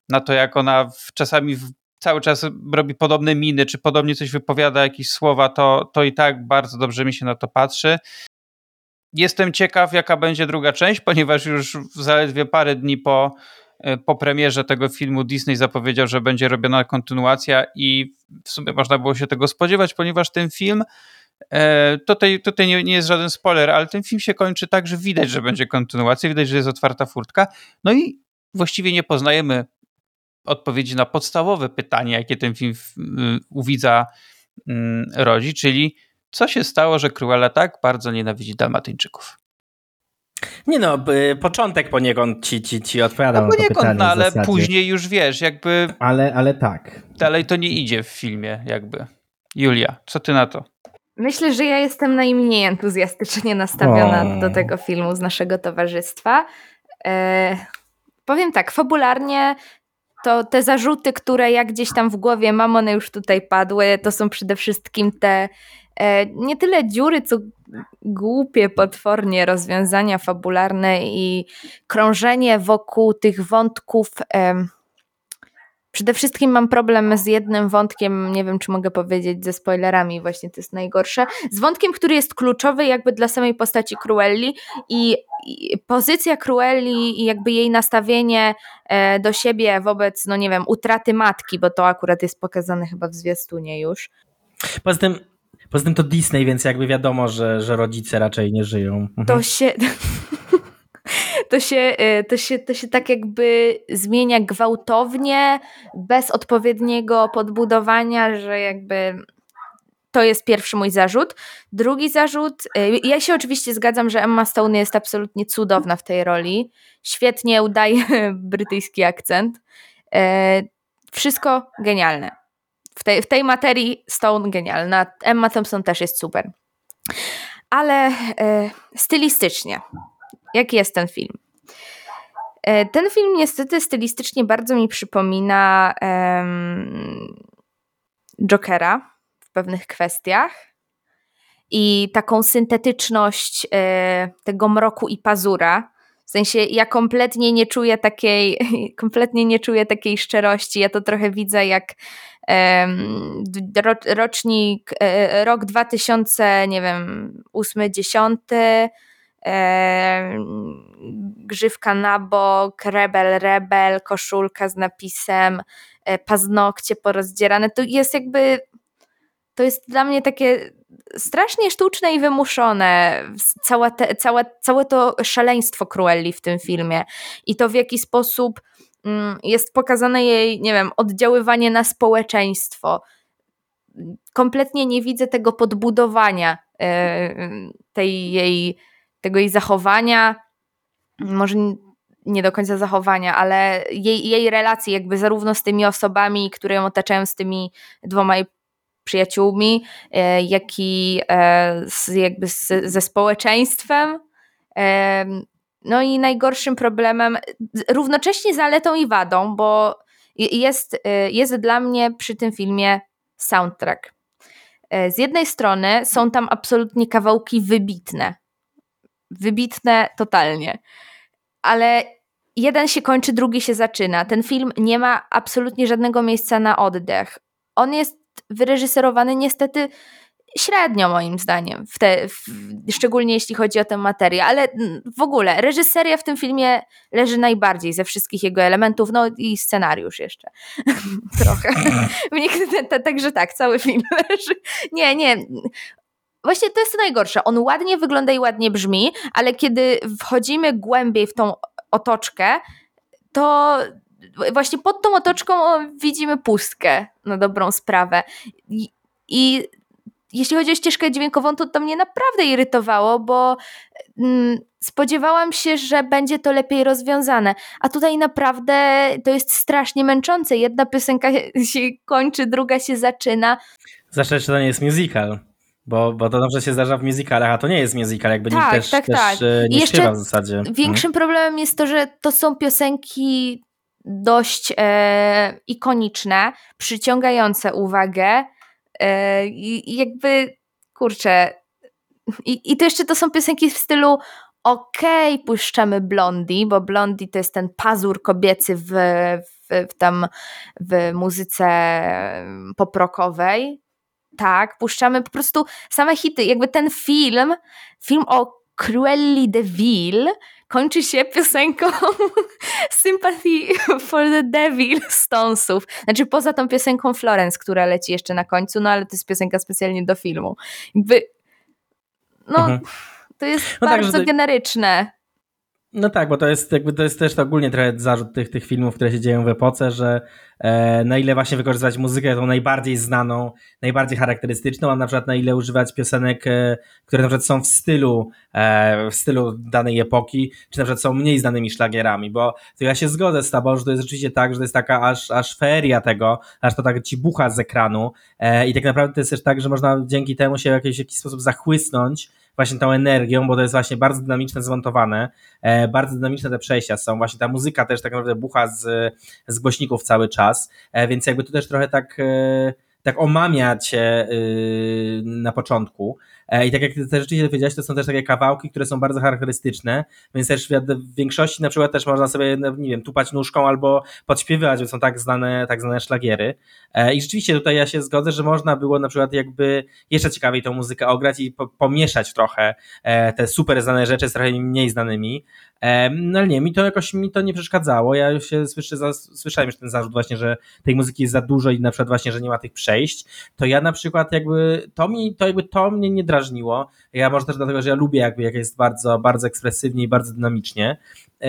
na to, jak ona w, czasami w, cały czas robi podobne miny, czy podobnie coś wypowiada, jakieś słowa, to, to i tak bardzo dobrze mi się na to patrzy. Jestem ciekaw, jaka będzie druga część, ponieważ już zaledwie parę dni po, po premierze tego filmu Disney zapowiedział, że będzie robiona kontynuacja i w sumie można było się tego spodziewać, ponieważ ten film, e, tutaj, tutaj nie, nie jest żaden spoiler, ale ten film się kończy tak, że widać, że będzie kontynuacja, widać, że jest otwarta furtka, no i właściwie nie poznajemy odpowiedzi na podstawowe pytanie, jakie ten film u widza rodzi, czyli co się stało, że Cruella tak bardzo nienawidzi Dalmatyńczyków? Nie no, początek poniekąd ci, ci, ci odpowiadał no na to pytanie. Poniekąd, no, ale później już wiesz, jakby... Ale, ale tak. Dalej to nie idzie w filmie, jakby. Julia, co ty na to? Myślę, że ja jestem najmniej entuzjastycznie nastawiona o. do tego filmu z naszego towarzystwa. E, powiem tak, fabularnie to te zarzuty, które ja gdzieś tam w głowie mam, one już tutaj padły, to są przede wszystkim te e, nie tyle dziury, co głupie, potwornie rozwiązania fabularne i krążenie wokół tych wątków. E, przede wszystkim mam problem z jednym wątkiem, nie wiem, czy mogę powiedzieć ze spoilerami, właśnie to jest najgorsze, z wątkiem, który jest kluczowy jakby dla samej postaci Cruelli i, i pozycja Cruelli i jakby jej nastawienie e, do siebie wobec, no nie wiem, utraty matki, bo to akurat jest pokazane chyba w zwiastunie już. Poza tym, poza tym to Disney, więc jakby wiadomo, że, że rodzice raczej nie żyją. Mhm. To się... To się, to, się, to się tak jakby zmienia gwałtownie, bez odpowiedniego podbudowania, że jakby to jest pierwszy mój zarzut. Drugi zarzut, ja się oczywiście zgadzam, że Emma Stone jest absolutnie cudowna w tej roli. Świetnie udaje brytyjski akcent. Wszystko genialne. W tej, w tej materii Stone genialna. Emma Thompson też jest super. Ale stylistycznie. Jaki jest ten film? Ten film niestety stylistycznie bardzo mi przypomina um, Jokera w pewnych kwestiach i taką syntetyczność e, tego mroku i pazura. W sensie ja kompletnie nie czuję takiej, kompletnie nie czuję takiej szczerości. Ja to trochę widzę jak um, ro, rocznik, e, rok dwa tysiące, nie wiem, ósmy, dziesiąty. E, grzywka na bok, rebel, rebel, koszulka z napisem, e, paznokcie porozdzierane. To jest jakby, to jest dla mnie takie strasznie sztuczne i wymuszone. Cała te, cała, całe to szaleństwo Cruelli w tym filmie i to w jaki sposób mm, jest pokazane jej, nie wiem, oddziaływanie na społeczeństwo. Kompletnie nie widzę tego podbudowania e, tej jej tego jej zachowania, może nie do końca zachowania, ale jej, jej relacji jakby zarówno z tymi osobami, które ją otaczają, z tymi dwoma jej przyjaciółmi, jak i z, jakby z, ze społeczeństwem. No i najgorszym problemem, równocześnie zaletą i wadą, bo jest, jest dla mnie przy tym filmie soundtrack. Z jednej strony są tam absolutnie kawałki wybitne, wybitne totalnie, ale jeden się kończy, drugi się zaczyna. Ten film nie ma absolutnie żadnego miejsca na oddech. On jest wyreżyserowany niestety średnio moim zdaniem, w te, w, szczególnie jeśli chodzi o tę materię, ale w ogóle reżyseria w tym filmie leży najbardziej ze wszystkich jego elementów, no i scenariusz jeszcze trochę. Także tak, cały film leży. Nie, nie. Właśnie to jest to najgorsze. On ładnie wygląda i ładnie brzmi, ale kiedy wchodzimy głębiej w tą otoczkę, to właśnie pod tą otoczką widzimy pustkę na dobrą sprawę. I, i jeśli chodzi o ścieżkę dźwiękową, to to mnie naprawdę irytowało, bo mm, spodziewałam się, że będzie to lepiej rozwiązane, a tutaj naprawdę to jest strasznie męczące. Jedna piosenka się kończy, druga się zaczyna. Zwłaszcza, że to nie jest musical. Bo, bo to dobrze się zdarza w musicalach, a to nie jest musical, jakby tak, nikt też, tak, też tak. nie I śpiewa w zasadzie. Większym hmm. problemem jest to, że to są piosenki dość e, ikoniczne, przyciągające uwagę e, i, i jakby, kurczę, i, i to jeszcze to są piosenki w stylu okej, okay, puszczamy Blondie, bo Blondie to jest ten pazur kobiecy w, w, w tam w muzyce pop-rockowej. Tak, puszczamy po prostu same hity. Jakby ten film, film o Cruelli de Vil kończy się piosenką Sympathy for the Devil Stonesów. Znaczy poza tą piosenką Florence, która leci jeszcze na końcu, no ale to jest piosenka specjalnie do filmu. Jakby, no, mhm. to jest no bardzo tak, to... generyczne. No tak, bo to jest jakby to jest też to ogólnie trochę zarzut tych, tych filmów, które się dzieją w epoce, że e, na ile właśnie wykorzystywać muzykę tą najbardziej znaną, najbardziej charakterystyczną, a na przykład na ile używać piosenek, e, które na przykład są w stylu e, w stylu danej epoki, czy na przykład są mniej znanymi szlagierami, bo to ja się zgodzę z tobą, że to jest rzeczywiście tak, że to jest taka aż, aż feria tego, aż to tak ci bucha z ekranu e, i tak naprawdę to jest też tak, że można dzięki temu się w jakiś, jakiś sposób zachłysnąć właśnie tą energią, bo to jest właśnie bardzo dynamiczne zmontowane, e, bardzo dynamiczne te przejścia są, właśnie ta muzyka też tak naprawdę bucha z, z głośników cały czas, e, więc jakby tu też trochę tak, e, tak omamia cię e, na początku e, i tak jak ty też rzeczywiście powiedziałeś, to są też takie kawałki, które są bardzo charakterystyczne, więc też w większości na przykład też można sobie, nie wiem, tupać nóżką albo podśpiewywać, bo są tak znane, tak znane szlagiery e, i rzeczywiście tutaj ja się zgodzę, że można było na przykład jakby jeszcze ciekawiej tą muzykę ograć i po, pomieszać trochę e, te super znane rzeczy z trochę mniej znanymi. No ale nie, mi to jakoś mi to nie przeszkadzało, ja już się słyszę, słyszałem już ten zarzut właśnie, że tej muzyki jest za dużo i na przykład właśnie, że nie ma tych przejść, to ja na przykład jakby, to mi, to jakby to mnie nie drażniło, ja może też dlatego, że ja lubię jakby jak jest bardzo, bardzo ekspresywnie i bardzo dynamicznie.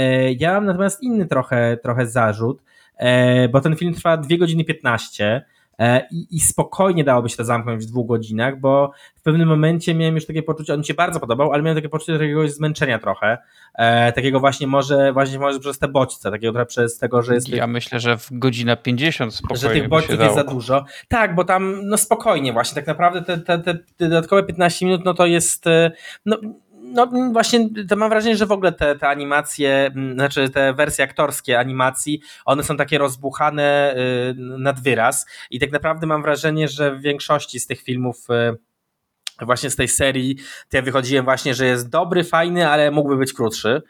Ja mam natomiast inny trochę, trochę zarzut, bo ten film trwa dwie godziny piętnaście I, i spokojnie dałoby się to zamknąć w dwóch godzinach, bo w pewnym momencie miałem już takie poczucie, on mi się bardzo podobał, ale miałem takie poczucie takiego zmęczenia trochę, e, takiego właśnie może właśnie może przez te bodźce, takiego trochę przez tego, że jest... Ja tych, myślę, że w godzina pięćdziesiąt spokojnie że tych bodźców jest za dużo. Tak, bo tam no spokojnie właśnie, tak naprawdę te, te, te, te dodatkowe piętnaście minut, no to jest... no No właśnie, to mam wrażenie, że w ogóle te, te animacje, znaczy te wersje aktorskie animacji, one są takie rozbuchane nad wyraz i tak naprawdę mam wrażenie, że w większości z tych filmów właśnie z tej serii to ja wychodziłem właśnie, że jest dobry, fajny, ale mógłby być krótszy,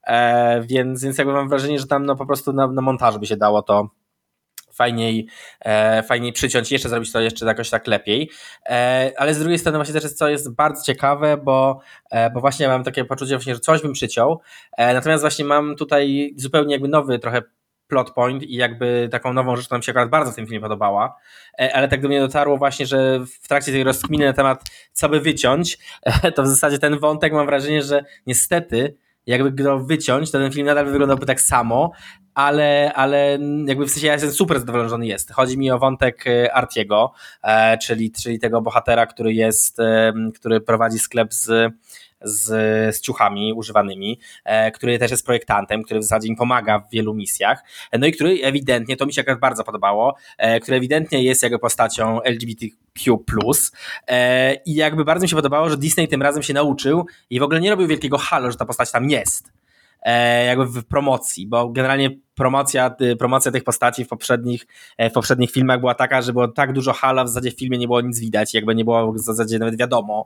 e, więc, więc jakby mam wrażenie, że tam no po prostu na, na montażu by się dało to fajniej, e, fajniej przyciąć i jeszcze zrobić to jeszcze jakoś tak lepiej, e, ale z drugiej strony właśnie też jest, co jest bardzo ciekawe, bo, e, bo właśnie mam takie poczucie właśnie, że coś bym przyciął, e, natomiast właśnie mam tutaj zupełnie jakby nowy trochę plot point i jakby taką nową rzecz, która mi się akurat bardzo w tym filmie podobała, e, ale tak do mnie dotarło właśnie, że w trakcie tej rozkminy na temat co by wyciąć, e, to w zasadzie ten wątek mam wrażenie, że niestety jakby go wyciąć, to ten film nadal wyglądałby tak samo, ale, ale jakby w sensie ja jestem super zadowolony, że on jest. Chodzi mi o wątek Artiego, e, czyli, czyli tego bohatera, który jest, e, który prowadzi sklep z, z, z ciuchami używanymi, e, który też jest projektantem, który w zasadzie im pomaga w wielu misjach, no i który ewidentnie, to mi się akurat bardzo podobało, e, który ewidentnie jest jakby postacią L G B T Q plus, e, i jakby bardzo mi się podobało, że Disney tym razem się nauczył i w ogóle nie robił wielkiego halo, że ta postać tam jest. Jakby w promocji, bo generalnie promocja, promocja tych postaci w poprzednich, w poprzednich filmach była taka, że było tak dużo hala, w zasadzie w filmie nie było nic widać, jakby nie było w zasadzie nawet wiadomo,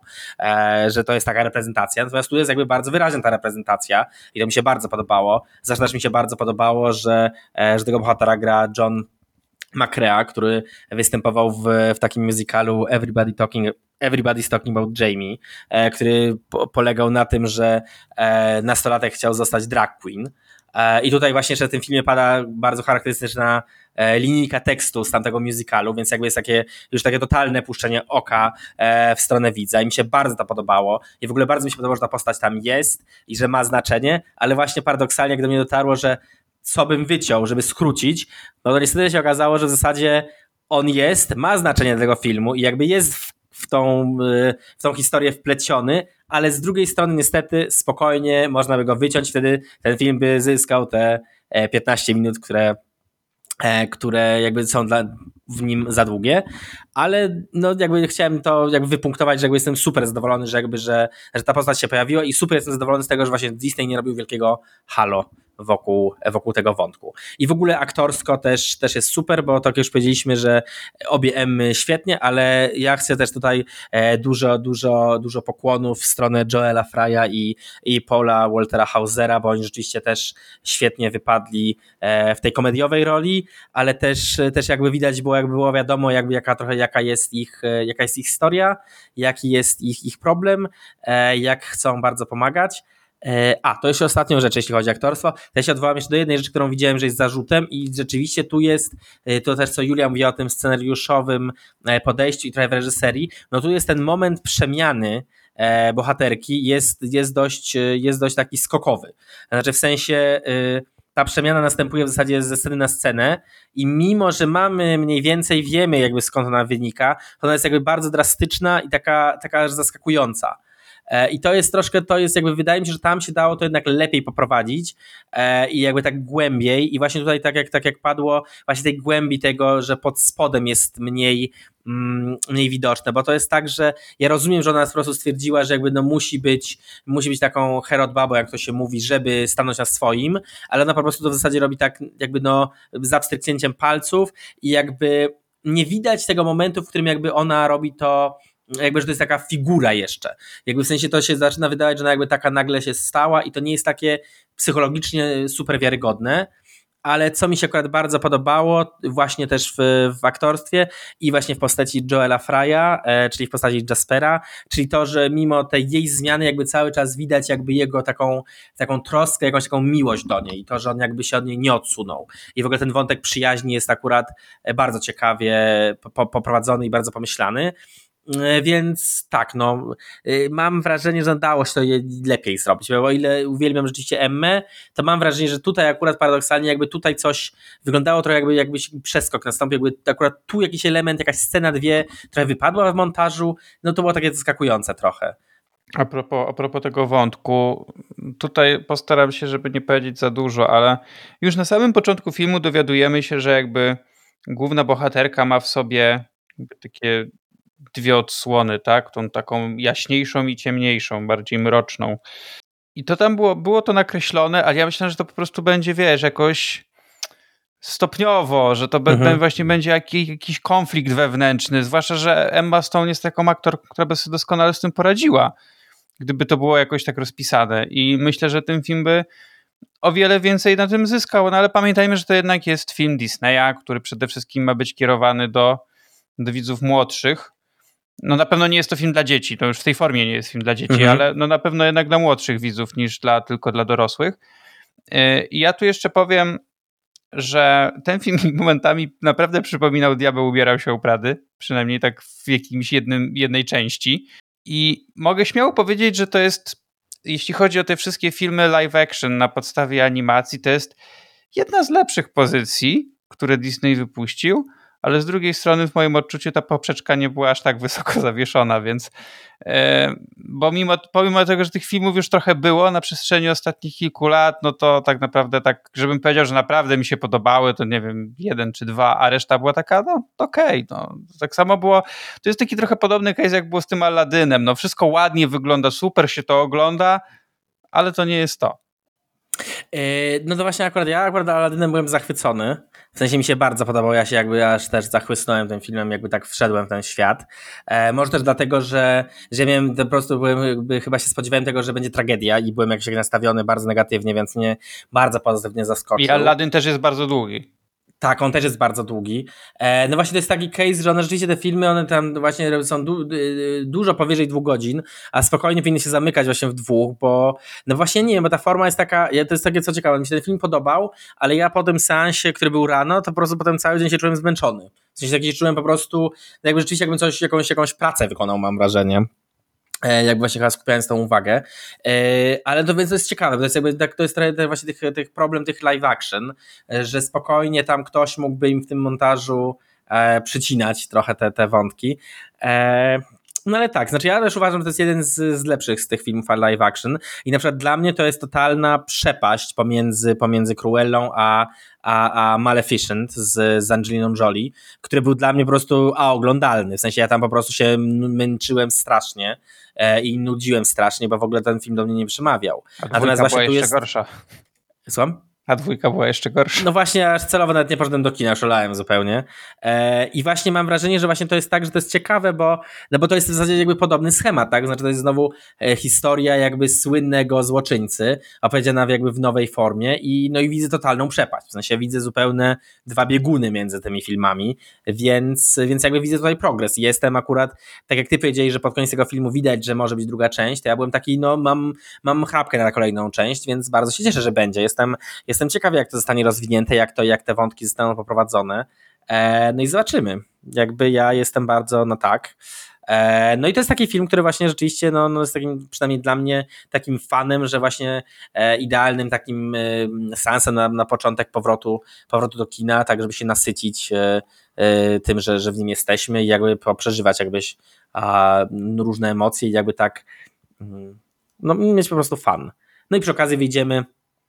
że to jest taka reprezentacja, natomiast tu jest jakby bardzo wyraźna ta reprezentacja i to mi się bardzo podobało. Zresztą też mi się bardzo podobało, że, że tego bohatera gra John McCrea, który występował w, w takim musicalu Everybody Talking Everybody's Talking About Jamie, e, który po, polegał na tym, że e, nastolatek chciał zostać drag queen. E, I tutaj właśnie jeszcze w tym filmie pada bardzo charakterystyczna e, linijka tekstu z tamtego musicalu, więc jakby jest takie już takie totalne puszczenie oka e, w stronę widza i mi się bardzo to podobało i w ogóle bardzo mi się podobało, że ta postać tam jest i że ma znaczenie, ale właśnie paradoksalnie jak do mnie dotarło, że co bym wyciął, żeby skrócić, no to niestety się okazało, że w zasadzie on jest, ma znaczenie dla tego filmu i jakby jest w, w, tą, w tą historię wpleciony, ale z drugiej strony niestety spokojnie można by go wyciąć, wtedy ten film by zyskał te piętnaście minut, które, które jakby są dla, w nim za długie, ale no jakby chciałem to jakby wypunktować, że jakby jestem super zadowolony, że jakby, że, że ta postać się pojawiła i super jestem zadowolony z tego, że właśnie Disney nie robił wielkiego halo wokół, wokół tego wątku. I w ogóle aktorsko też, też jest super, bo tak jak już powiedzieliśmy, że obie Emmy świetnie, ale ja chcę też tutaj dużo, dużo, dużo pokłonów w stronę Joela Frya i, i Paula Waltera Hausera, bo oni rzeczywiście też świetnie wypadli w tej komediowej roli, ale też, też jakby widać było, jakby było wiadomo, jakby jaka trochę jaka jest ich, jaka jest ich historia, jaki jest ich, ich problem, jak chcą bardzo pomagać. A, to jeszcze ostatnią rzecz, jeśli chodzi o aktorstwo. To ja się odwołam jeszcze do jednej rzeczy, którą widziałem, że jest zarzutem i rzeczywiście tu jest, to też co Julia mówiła o tym scenariuszowym podejściu i trochę w reżyserii, no tu jest ten moment przemiany bohaterki, jest, jest, dość, jest dość taki skokowy. Znaczy w sensie ta przemiana następuje w zasadzie ze sceny na scenę i mimo, że mamy mniej więcej, wiemy jakby skąd ona wynika, to ona jest jakby bardzo drastyczna i taka, taka zaskakująca. I to jest troszkę, to jest jakby, wydaje mi się, że tam się dało to jednak lepiej poprowadzić i jakby tak głębiej i właśnie tutaj tak jak, tak jak padło, właśnie tej głębi tego, że pod spodem jest mniej, mniej widoczne, bo to jest tak, że ja rozumiem, że ona po prostu stwierdziła, że jakby no musi być, musi być taką herod babą, jak to się mówi, żeby stanąć na swoim, ale ona po prostu to w zasadzie robi tak jakby no za pstryknięciem palców i jakby nie widać tego momentu, w którym jakby ona robi to jakby, że to jest taka figura jeszcze. Jakby w sensie to się zaczyna wydawać, że ona jakby taka nagle się stała i to nie jest takie psychologicznie super wiarygodne, ale co mi się akurat bardzo podobało właśnie też w, w aktorstwie i właśnie w postaci Joela Frya, e, czyli w postaci Jaspera, czyli to, że mimo tej jej zmiany jakby cały czas widać jakby jego taką, taką troskę, jakąś taką miłość do niej i to, że on jakby się od niej nie odsunął. I w ogóle ten wątek przyjaźni jest akurat bardzo ciekawie po, poprowadzony i bardzo pomyślany. Więc tak, no mam wrażenie, że dało się to lepiej zrobić, bo o ile uwielbiam rzeczywiście Emmę, to mam wrażenie, że tutaj akurat paradoksalnie jakby tutaj coś wyglądało trochę jakby jakbyś przeskok nastąpił, jakby akurat tu jakiś element, jakaś scena, dwie trochę wypadła w montażu, no to było takie zaskakujące trochę. A propos, a propos tego wątku, tutaj postaram się, żeby nie powiedzieć za dużo, ale już na samym początku filmu dowiadujemy się, że jakby główna bohaterka ma w sobie takie dwie odsłony, tak? Tą taką jaśniejszą i ciemniejszą, bardziej mroczną. I to tam było, było to nakreślone, ale ja myślałem, że to po prostu będzie, wiesz, jakoś stopniowo, że to mhm. be, właśnie będzie jakiś, jakiś konflikt wewnętrzny, zwłaszcza, że Emma Stone jest taką aktor, która by sobie doskonale z tym poradziła, gdyby to było jakoś tak rozpisane. I myślę, że ten film by o wiele więcej na tym zyskał, no ale pamiętajmy, że to jednak jest film Disneya, który przede wszystkim ma być kierowany do, do widzów młodszych. No na pewno nie jest to film dla dzieci, to już w tej formie nie jest film dla dzieci, mhm. ale no na pewno jednak dla młodszych widzów niż dla, tylko dla dorosłych. I ja tu jeszcze powiem, że ten film momentami naprawdę przypominał Diabeł ubierał się u Prady, przynajmniej tak w jakimś jednym, jednej części. I mogę śmiało powiedzieć, że to jest, jeśli chodzi o te wszystkie filmy live action na podstawie animacji, to jest jedna z lepszych pozycji, które Disney wypuścił, ale z drugiej strony w moim odczuciu ta poprzeczka nie była aż tak wysoko zawieszona, więc e, bo mimo, pomimo tego, że tych filmów już trochę było na przestrzeni ostatnich kilku lat, no to tak naprawdę tak, żebym powiedział, że naprawdę mi się podobały, to nie wiem, jeden czy dwa, a reszta była taka, no okej, okay, no tak samo było, to jest taki trochę podobny case jak było z tym Aladynem, no wszystko ładnie wygląda, super się to ogląda, ale to nie jest to. No to właśnie akurat ja akurat Aladynem byłem zachwycony. W sensie mi się bardzo podobał, ja się jakby aż też zachłysnąłem tym filmem, jakby tak wszedłem w ten świat. E, może też dlatego, że, że miałem po prostu byłem, jakby, chyba się spodziewałem tego, że będzie tragedia i byłem jakoś nastawiony bardzo negatywnie, więc mnie bardzo pozytywnie zaskoczył. I Aladdin też jest bardzo długi. Tak, on też jest bardzo długi. E, no właśnie to jest taki case, że one rzeczywiście te filmy, one tam właśnie są du- dużo powyżej dwóch godzin, a spokojnie powinny się zamykać właśnie w dwóch, bo no właśnie nie wiem, bo ta forma jest taka, to jest takie co ciekawe, mi się ten film podobał, ale ja po tym seansie, który był rano, to po prostu potem cały dzień się czułem zmęczony. W sensie taki czułem po prostu, jakby rzeczywiście jakbym coś, jakąś, jakąś pracę wykonał, mam wrażenie. Jak właśnie chyba skupiając tą uwagę, ale to, więc to jest ciekawe, to jest, jakby, to jest trochę właśnie tych, tych problem tych live action, że spokojnie tam ktoś mógłby im w tym montażu e, przycinać trochę te, te wątki. E, No ale tak, znaczy ja też uważam, że to jest jeden z, z lepszych z tych filmów live action i na przykład dla mnie to jest totalna przepaść pomiędzy, pomiędzy Cruellą a, a, a Maleficent z, z Angeliną Jolie, który był dla mnie po prostu a, oglądalny, w sensie ja tam po prostu się męczyłem strasznie e, i nudziłem strasznie, bo w ogóle ten film do mnie nie przemawiał. A Natomiast dwójka właśnie była tu jeszcze jest... gorsza. Słucham? A dwójka była jeszcze gorsza. No właśnie, aż celowo nawet nie poszedłem do kina, szalałem zupełnie. E, I właśnie mam wrażenie, że właśnie to jest tak, że to jest ciekawe, bo, no bo to jest w zasadzie jakby podobny schemat, tak? Znaczy to jest znowu e, historia jakby słynnego złoczyńcy, opowiedziana jakby w nowej formie i no i widzę totalną przepaść. W sensie widzę zupełne dwa bieguny między tymi filmami, więc, więc jakby widzę tutaj progres. I jestem akurat, tak jak ty powiedziałeś, że pod koniec tego filmu widać, że może być druga część, to ja byłem taki, no mam, mam chrapkę na kolejną część, więc bardzo się cieszę, że będzie. Jestem, jestem ciekawy, jak to zostanie rozwinięte, jak to, jak te wątki zostaną poprowadzone. E, no i zobaczymy. Jakby ja jestem bardzo na tak. E, no i to jest taki film, który właśnie rzeczywiście no, no jest takim, przynajmniej dla mnie, takim fanem, że właśnie e, idealnym takim e, seansem na, na początek powrotu, powrotu do kina, tak żeby się nasycić e, e, tym, że, że w nim jesteśmy i jakby przeżywać jakbyś a, różne emocje i jakby tak no, mieć po prostu fan. No i przy okazji wyjdziemy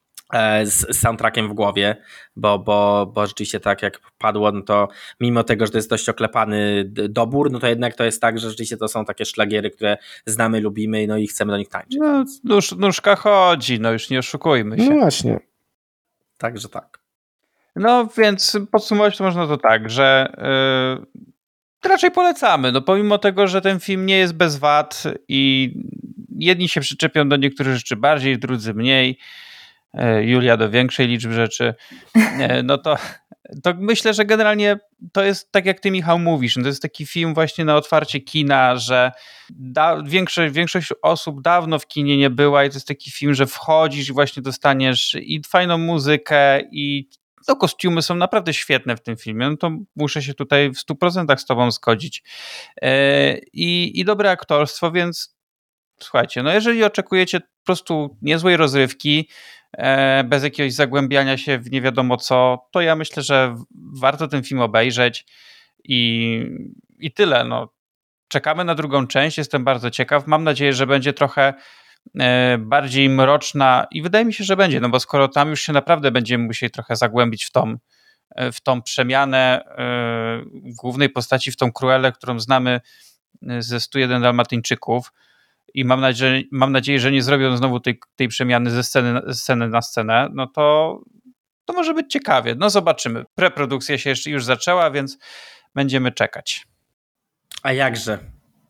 z soundtrackiem w głowie, bo, bo, bo rzeczywiście tak jak padło, no to mimo tego, że to jest dość oklepany dobór, no to jednak to jest tak, że rzeczywiście to są takie szlagiery, które znamy, lubimy, no i chcemy do nich tańczyć. No, nóż, nóżka chodzi, no już nie oszukujmy się. No właśnie. Także tak. No więc podsumować to można to tak, że yy, raczej polecamy, no pomimo tego, że ten film nie jest bez wad i jedni się przyczepią do niektórych rzeczy bardziej, drudzy mniej, Julia do większej liczby rzeczy, no to, to myślę, że generalnie to jest tak jak ty, Michał, mówisz, no to jest taki film właśnie na otwarcie kina, że da, większość, większość osób dawno w kinie nie była i to jest taki film, że wchodzisz i właśnie dostaniesz i fajną muzykę i no, kostiumy są naprawdę świetne w tym filmie, no to muszę się tutaj w stu procentach z tobą zgodzić. I, i dobre aktorstwo, więc słuchajcie, no jeżeli oczekujecie po prostu niezłej rozrywki, bez jakiegoś zagłębiania się w nie wiadomo co, to ja myślę, że warto ten film obejrzeć i, i tyle. No, czekamy na drugą część, jestem bardzo ciekaw. Mam nadzieję, że będzie trochę bardziej mroczna i wydaje mi się, że będzie, no bo skoro tam już się naprawdę będziemy musieli trochę zagłębić w tą, w tą przemianę głównej postaci, w tą Cruellę, którą znamy ze stu jeden Dalmatyńczyków, i mam nadzieję, mam nadzieję, że nie zrobią znowu tej, tej przemiany ze sceny, ze sceny na scenę, no to, to może być ciekawie. No zobaczymy. Preprodukcja się jeszcze już zaczęła, więc będziemy czekać. A jakże?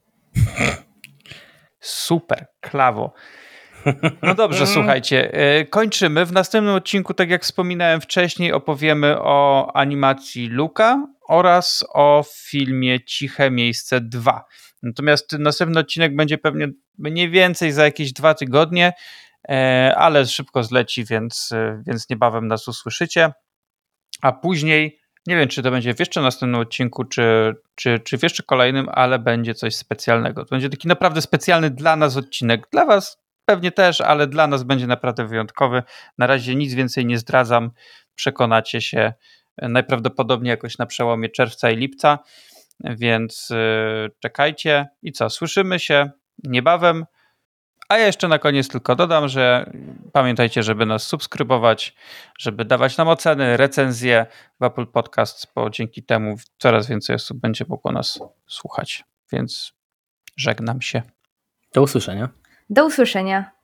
Super, klawo. No dobrze, słuchajcie, kończymy. W następnym odcinku, tak jak wspominałem wcześniej, opowiemy o animacji Luka oraz o filmie Ciche Miejsce dwa. Natomiast następny odcinek będzie pewnie mniej więcej za jakieś dwa tygodnie, ale szybko zleci, więc, więc niebawem nas usłyszycie. A później, nie wiem, czy to będzie w jeszcze następnym odcinku, czy, czy, czy w jeszcze kolejnym, ale będzie coś specjalnego. To będzie taki naprawdę specjalny dla nas odcinek. Dla was pewnie też, ale dla nas będzie naprawdę wyjątkowy. Na razie nic więcej nie zdradzam. Przekonacie się najprawdopodobniej jakoś na przełomie czerwca i lipca. Więc yy, czekajcie i co, słyszymy się niebawem, a ja jeszcze na koniec tylko dodam, że pamiętajcie, żeby nas subskrybować, żeby dawać nam oceny, recenzje w Apple Podcasts, bo dzięki temu coraz więcej osób będzie mogło nas słuchać, więc żegnam się. Do usłyszenia. Do usłyszenia.